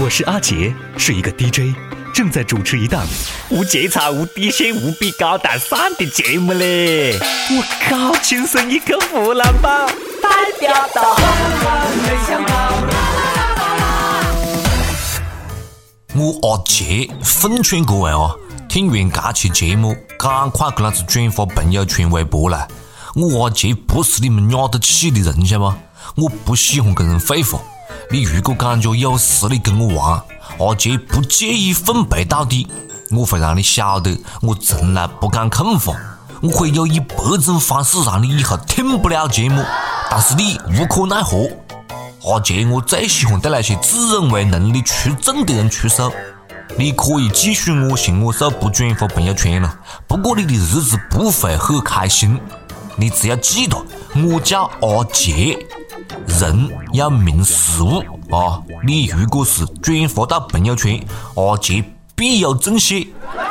我是阿杰，是一个 DJ， 正在主持一档无节操、无底线、无比高大上的节目嘞！我靠，亲生一个湖南宝，代表到我阿杰奉劝各位听完这期节目，赶快给老子转发朋友圈、微博来！我阿杰不是你们惹得起的人，晓得吗？我不喜欢跟人废话。你如果感觉有实力跟我玩，阿杰不介意奉陪到底。我会让你晓得，我从来不敢空话。我会有100种方式让你以后听不了节目，但是你无可奈何。阿杰，我最喜欢对那些自认为能力出众的人出手。你可以继续我行我素，不转发朋友圈了，不过你的日子不会很开心。你只要记得，我叫阿杰，人要明事物啊！你如果是转发到朋友圈，阿杰必有重谢。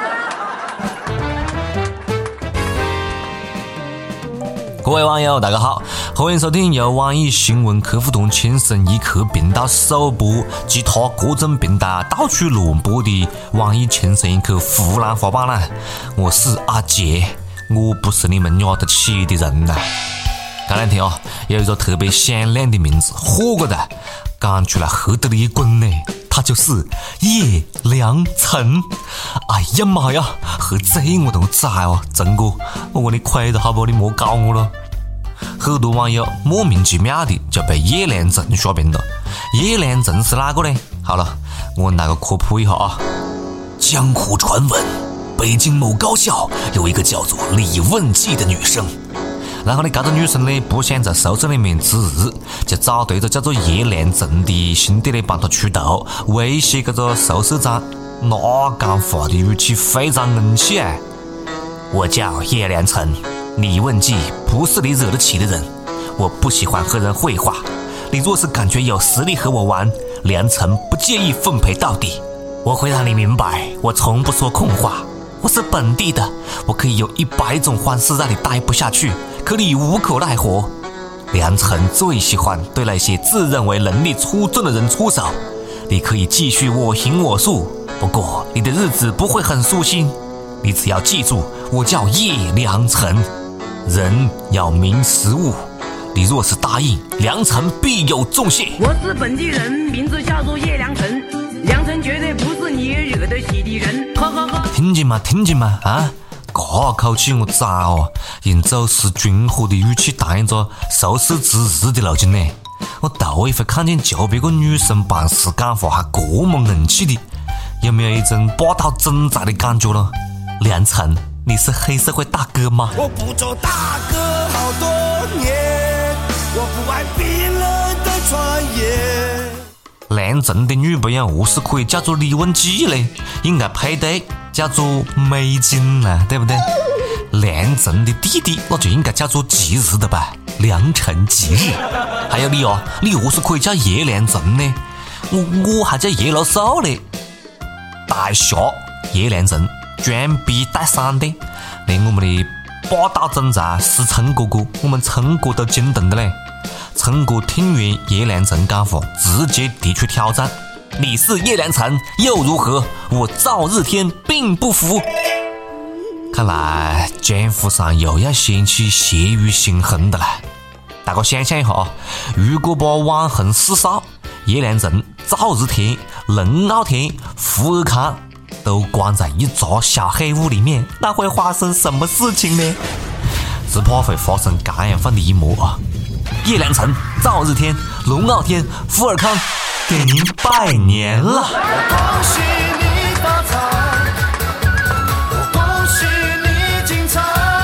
各位网友大家好，欢迎收听由网易新闻客户端轻松一刻频道首播，其他各种平台到处乱播的网易轻松一刻湖南话版啦。我是阿杰，我不是你们惹得起的人呐。这两天有一个特别响亮的名字火过来，讲出来吓得你一滚呢，他就是叶良辰。哎呀妈呀，喝醉我都在真哥，我问你亏了好不好？你莫搞我了。很多网友莫名其妙的就被叶良辰刷屏了。叶良辰是哪个呢？好了，我来个科普一下啊。江湖传闻，北京某高校有一个叫做李问记的女生，然后呢，这个女生呢不想在宿舍里面值日，就找对一个叫做叶良辰的兄弟呢帮她出头，威胁这个宿舍长。那讲话的语气非常硬气啊！我叫叶良辰，李问记不是你惹得起的人，我不喜欢和人废话。你若是感觉有实力和我玩，良辰不介意奉陪到底。我会让你明白，我从不说空话。我是本地的，我可以有100种方式让你待不下去，可你无可奈何。良辰最喜欢对那些自认为能力出众的人出手。你可以继续我行我素，不过你的日子不会很舒心。你只要记住，我叫叶良辰，人要明实物。你若是答应，良辰必有重谢。 我是本地人，名字叫做叶良辰，良辰绝对不是你惹得起的人。呵呵呵， 听见吗？听见吗？啊！这口气我赞用走私军火的语气谈一个宿舍值日的路径呢。我头一回看见就别个女生办事讲话还这么硬气的，有没有一种霸道总裁的感觉了？良辰，你是黑社会大哥吗？ 我不做大哥好多年，我不爱别人的传言。 良辰的女朋友何是可以叫做李问记呢？应该配对叫做美金啊，对不对？良辰的弟弟那就应该叫做吉日的吧，良辰吉日。还有你你何是可以叫叶良辰呢？我还叫叶老寿呢。大侠叶良辰，装逼带闪的，连我们的霸道总裁是陈哥哥，我们陈哥都惊动的嘞。陈哥听完叶良辰讲话，直接提出挑战：你是叶良辰又如何？我赵日天并不服。看来江湖上又要掀起血雨腥风的了。大家想象一下如果把网红4少叶良辰、赵日天、龙傲天、胡尔康都关在一座小黑屋里面，那会发生什么事情呢？只怕会发生这样放的一幕叶良辰、赵日天、龙傲天、胡尔康，给您拜年了！ 恭喜你发财，我恭喜你精彩。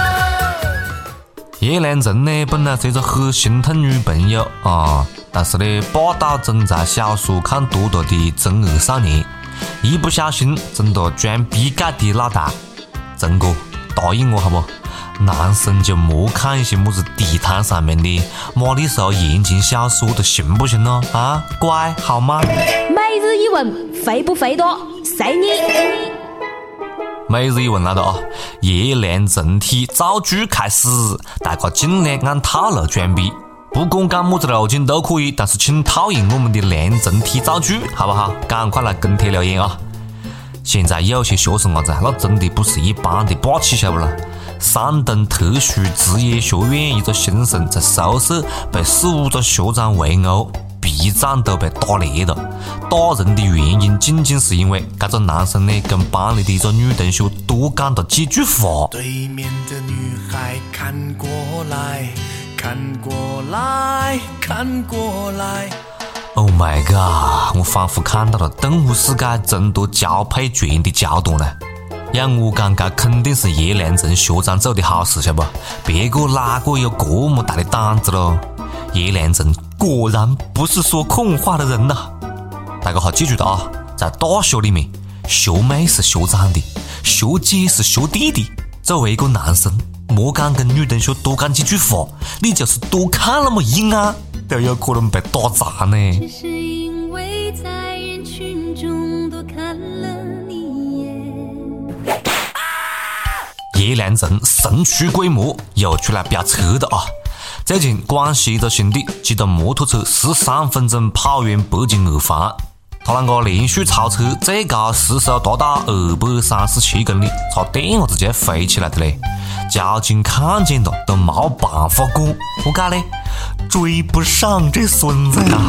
叶良辰呢，本来是一个很心疼女朋友但是呢，霸道总裁小说看多了的中二少年，一不小心成了装逼界的老大。陈哥，答应我好不？男生就莫看一些么子地摊上面的玛丽苏言情小说的，行不行呢？乖好吗？ 每日一问，肥不肥多？随你。 每日一问来了叶良辰体造句开始，大家尽量按套路装逼。 不管讲么子路径都可以，但是请讨厌我们的良辰体造句，好不好？赶快来跟帖留言啊！现在有些学生伢子，那真的不是一般的霸气，晓不啦？山东特殊职业学院一个新生在宿舍被4-5个学长围殴，臂掌都被打裂了。打人的原因仅仅是因为这个男生呢跟班里的一个女同学多讲了几句话。 对面的女孩看过来，看过来，看过来。 Oh my god！ 我仿佛看到了动物世界争夺交配权的桥段呢。要我讲，这肯定是叶良辰学长做的好事，晓不？别个哪个有这么大的胆子咯？叶良辰果然不是说空话的人呐！大家好，记住了啊，在大学里面，学妹是学长的，学姐是学弟的。作为一个男生，莫敢跟女同学多讲几句话，你就是多看那么一眼，都有可能被打砸呢。 只是因为在人群中多看了你一眼。 叶良辰神出鬼没，又出来飙车了啊！最近广西一个兄弟骑着摩托车13分钟跑完北京二环，他那个连续超车，最高时速达到237公里，差点子就要飞起来的嘞！交警看见了都没办法管，何解呢？追不上这孙子啊！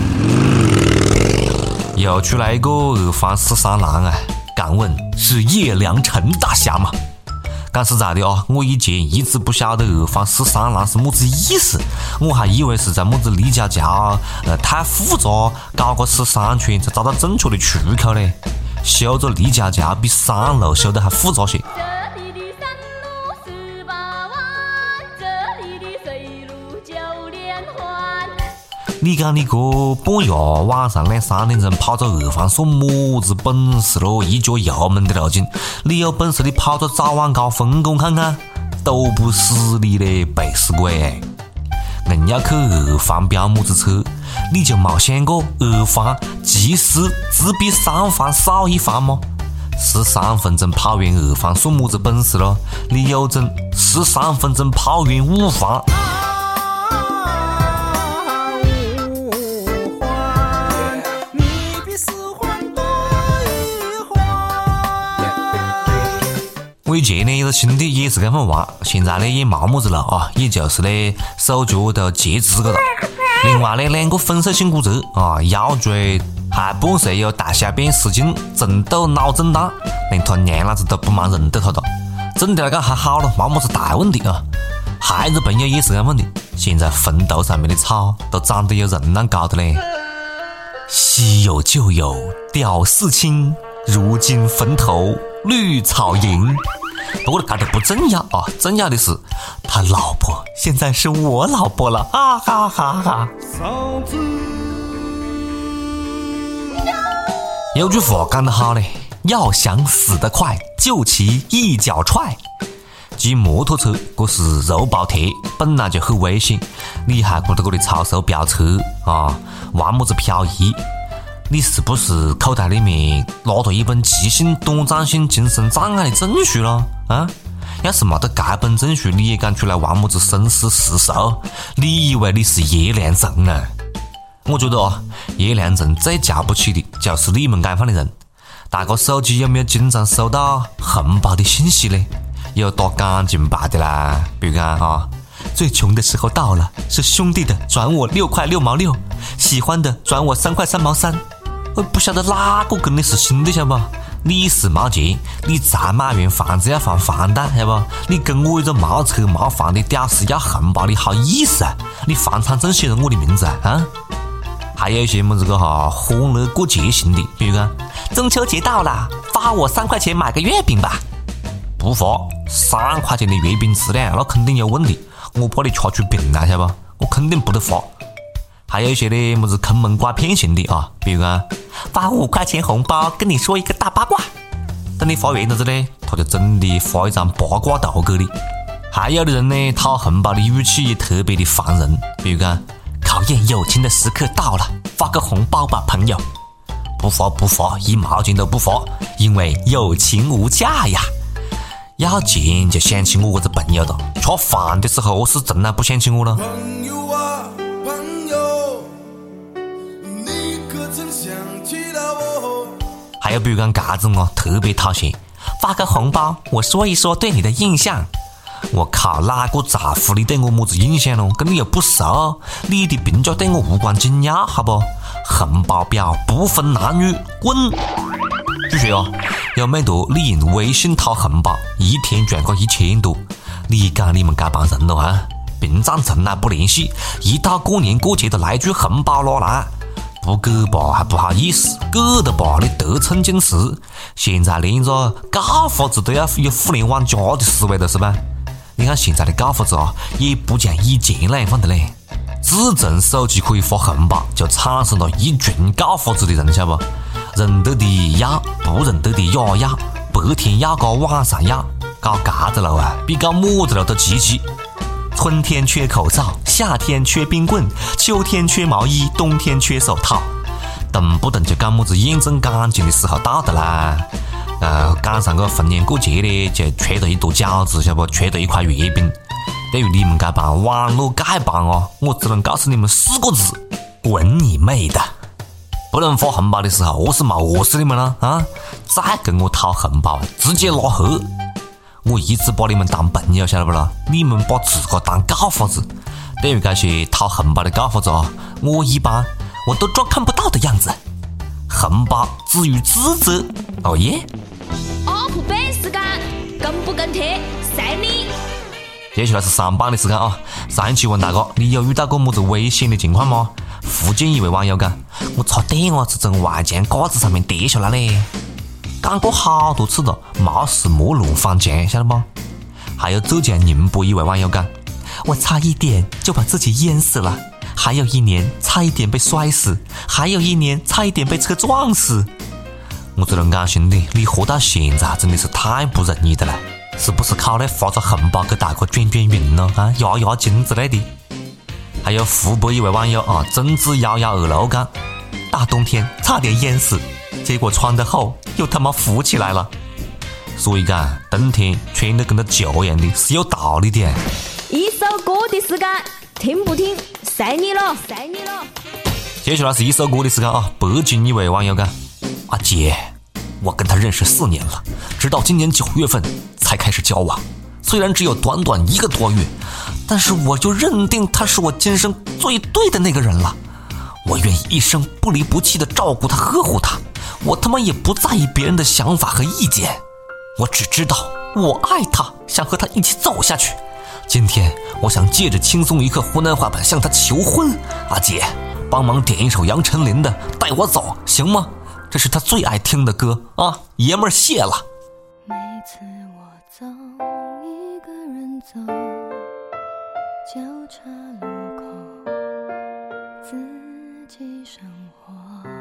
又出来一个二环13郎啊！敢问是叶良辰大侠吗？讲实在的啊，我以前一直不晓得二环13郎是么子意思，我还以为是在么子立交桥太复杂，搞个13圈才找到正确的出口嘞。修个立交桥比山路修得还复杂些。 这里的山路18弯，这里的水路9连环。 你讲你个半夜晚上2-3点钟跑着二环算么子本事咯？一脚油门的路径，你有本事你跑着早晚高峰给我看看，都不是你的背死鬼！硬要去二环飙么子车，你就没想过二环其实只比3环少一环吗？13分钟跑完二环算么子本事咯？你有种13分钟跑完5环。我以前呢有个兄弟也是这么玩，现在呢也没么子了啊，也就是呢手脚都截肢个了。另外呢2个粉碎性骨折啊，腰椎还伴随有大小便失禁、重度脑震荡，连他娘老子都不蛮认得他了。整体来讲还好了，没么子大问题啊。还有一个朋友也是这问题，现在坟头上面的草都长得有人那高的嘞。稀有旧友屌丝亲，如今坟头绿草营。不过这都不重要啊，重要的是他老婆现在是我老婆了，哈哈哈哈！有句话讲得好嘞，要想死得快，就骑一脚踹。骑摩托车这是肉包铁，本来就很危险，你还搁在这里超速飙车啊，玩么子漂移？你是不是口袋里面拿着一本急性短暂性精神障碍的证书了啊？要是没得这本证书，你也敢出来玩么子生死时速？你以为你是叶良辰呢？我觉得啊，叶良辰最瞧不起的就是你们这样的人。大家手机有没有经常收到红包的信息呢？有打感情牌的啦，比如讲啊，最穷的时候到了，是兄弟的转我6块6毛6，喜欢的转我3块3毛3。我不晓得哪个跟你是亲的，晓不？你是没钱，你才买完房子要还房贷，晓不？你跟我一个没车没房的屌丝要红包，你好意思啊？你房产证写着我的名字啊？还有一些么子个哈欢乐过节型的，比如讲中秋节到了，发我3块钱买个月饼吧。不发3块钱的月饼质量，那肯定有问题，我怕你吃出病来，晓不？我肯定不得发。还有一些的么子坑蒙拐骗型的啊，比如讲发5块钱红包，跟你说一个大八卦，等你发完了之后，他就真的发一张八卦图给你。还有的人呢，讨红包的语气也特别的烦人，比如讲考验友情的时刻到了，发个红包吧，朋友。不发不发，1毛钱都不发，因为友情无价呀。要钱就想起我这朋友了，吃饭的时候我是从来不想起我了。 朋友啊， 有比如讲嘎子哦，特别讨嫌，发个红包，我说一说对你的印象。我靠，哪个在乎你对我么子印象咯？跟你又不熟，你的评价对我无关紧要，好不？红包表不分男女，滚！据说哦，有蛮多你用微信讨红包，一天赚个1000多。你讲你们这帮人咯啊，平常从来不联系，一到过年过节就来句红包拿来，不给吧还不好意思，给的吧你得寸进尺。现在连一个告发子都要有互联网加的思维了是吧？你看现在的告发子啊，也不像以前那样的嘞，自从手机可以发红包，就产生了一群告发子的人，晓得不？认得的要，不认得的也要，白天要搞晚上要，搞嘎子了啊，比搞么子了都积极。春天缺口罩，夏天缺冰棍，秋天缺毛衣，冬天缺手套，动不动就讲么子验证感情的时候到的啦。赶上个逢年过节的，就缺了一坨饺子，晓得不？缺了一块月饼。对于你们这帮网络丐帮哦，我只能告诉你们4个字：滚你妹的！不能发红包的时候，我是没饿死你们了啊！再跟我讨红包，直接拉黑！我一直把你们当朋友，晓得不啦？你们把自个当告发子。对于这些讨红包的告发子啊，我一般都装看不到的样子。红包至于自责，哦耶 ！UP版时间，跟不跟帖，随你。 接下来是上榜的时间啊！上一期问大家，你有遇到过么子危险的情况吗？福建一位网友讲，我差点是从外墙架子上面跌下来嘞，讲过好多次了，没事莫乱翻墙，晓得不？还有浙江宁波一位网友讲，我差一点就把自己淹死了，还有一年差一点被摔死，还有一年差一点被车撞死。我只能讲兄弟，你活到现在真的是太不容易的了，是不是考虑发个红包给大家转转运了啊？压压惊之类的。还有湖北一位网友啊，真子112楼讲，大冬天差点淹死，结果穿得厚又他妈浮起来了。所以讲冬天穿得跟个旧一样的是有道理的。 一首歌的时间，听不听随你了，随你了。 接下来是一首歌的时间啊！北京一位网友讲，阿姐，我跟他认识4年了，直到今年9月份才开始交往，虽然只有短短1个多月，但是我就认定他是我今生最对的那个人了。我愿意一生不离不弃的照顾他呵护他，我他妈也不在意别人的想法和意见，我只知道我爱他，想和他一起走下去。今天我想借着轻松一刻湖南话版向他求婚，阿姐帮忙点一首杨丞琳的《带我走》行吗？这是他最爱听的歌啊，爷们儿谢了。 每次我走一个人走，交叉路口自己生活，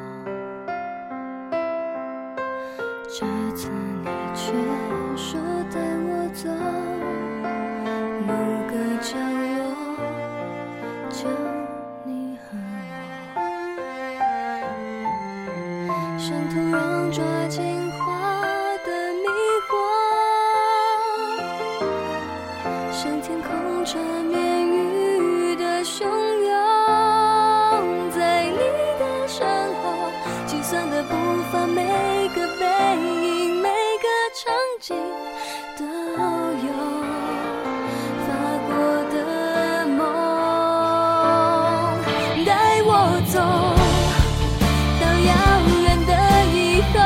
这次你却说带我走某个角落，就你和我，像突然抓紧花的迷惑，像天空缠绵雨的汹涌，在你的身后，计算的步伐，每个背影，每个场景都有发过的梦，带我走到遥远的以后，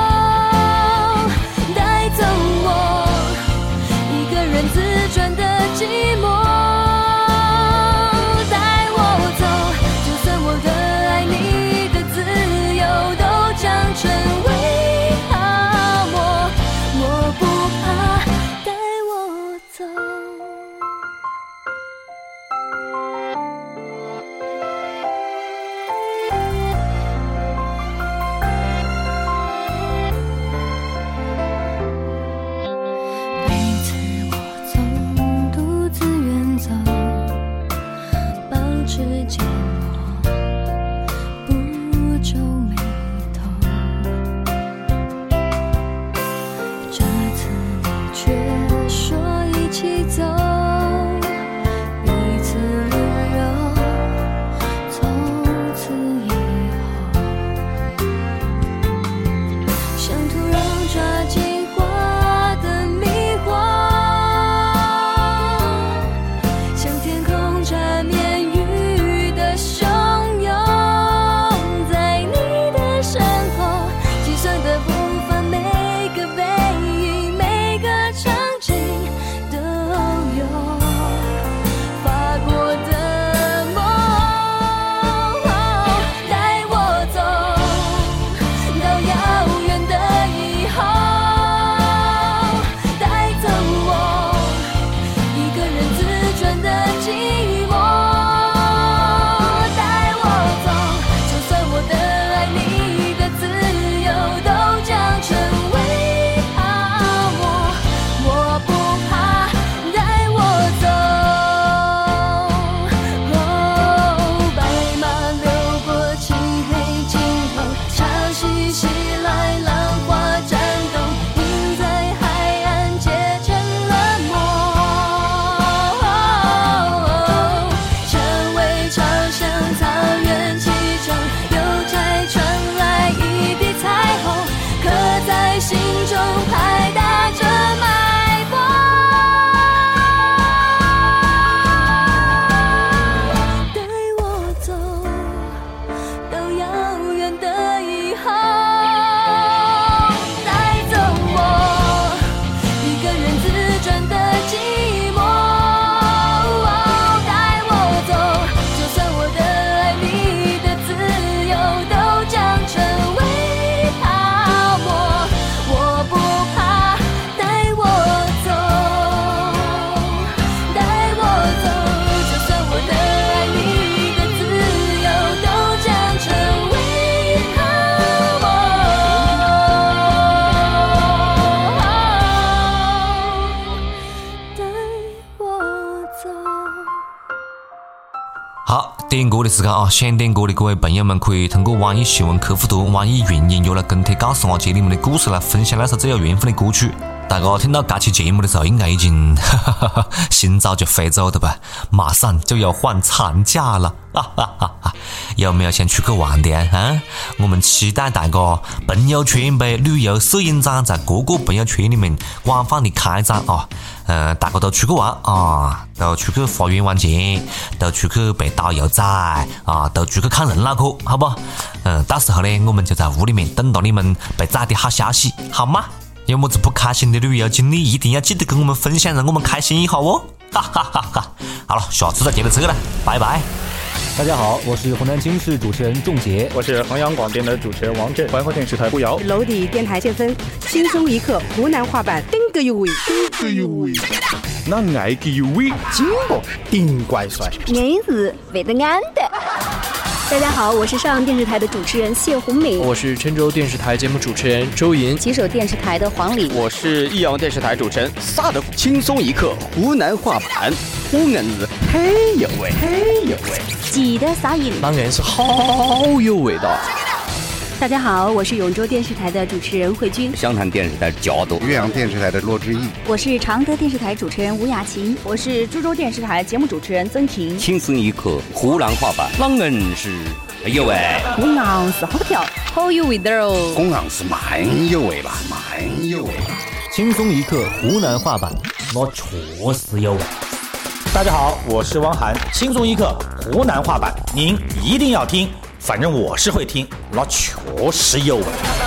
带走我一个人自转的寂寞，带我走，就算我的爱你的自由都将成为泡沫，我不怕，带我走。每次我总独自远走，保持缄默，不皱眉头，这次你却说一起走，彼此温柔，从此以后， 来浪花颤动，映在海岸结成了梦。成为潮声，草原启程，邮差传来一地彩虹，刻在心中，拍打着脉搏。带我走到遥远的以后，带走我一个人自转的寂寞。带我走，就算我的爱你的自由都将成为泡沫，我不怕。带我走，带我走，就算我的爱你的自由都将成为泡沫。带我走。 好，点歌的时间啊！想点歌的各位朋友们，可以通过网易新闻客户端、网易云音乐来跟帖告诉阿杰你们的故事，来分享那首最有缘分的歌曲。大家听到这期节目的时候，应该已经心早就飞走的吧？马上就要放长假了，有没有想出去玩的啊？我们期待大家朋友圈呗，旅游摄影展在各个朋友圈里面广泛的开展啊！大家都出去玩啊，都出去花园玩钱，都出去陪导游仔啊，都出去看人脑壳，好不？到时候呢，我们就在屋里面等到你们被载的好消息，好吗？有么子不开心的旅游经历，一定要记得跟我们分享，让我们开心一下哦！好了，下次再接着扯了，拜拜。 大家好，我是湖南经视主持人仲杰， 我是衡阳广电的主持人王震，环河电视台顾瑶， 娄底电台建芬，轻松一刻湖南话版，顶个有味， 那爱个有味，金箔顶怪帅， 硬是为得安的。 大家好，我是上电视台的主持人谢红敏， 我是郴州电视台节目主持人周莹， 吉首电视台的黄礼， 我是益阳电视台主持人萨德，轻松一刻湖南话版，湖硬是很有味，很有味， 记得撒盐， 当然是好有味道。 大家好，我是永州电视台的主持人慧君， 湘潭电视台角度，岳阳电视台的骆志毅， 我是常德电视台主持人吴雅琴， 我是株洲电视台节目主持人曾婷。 轻松一刻湖南话版，啷个是有味， 公昂是好跳，好有味道哦， 公昂是蛮有味吧，蛮有味。 轻松一刻湖南话版，我确实有味。 大家好，我是汪涵，轻松一刻湖南话版，您一定要听。反正我是会听，那确实有味。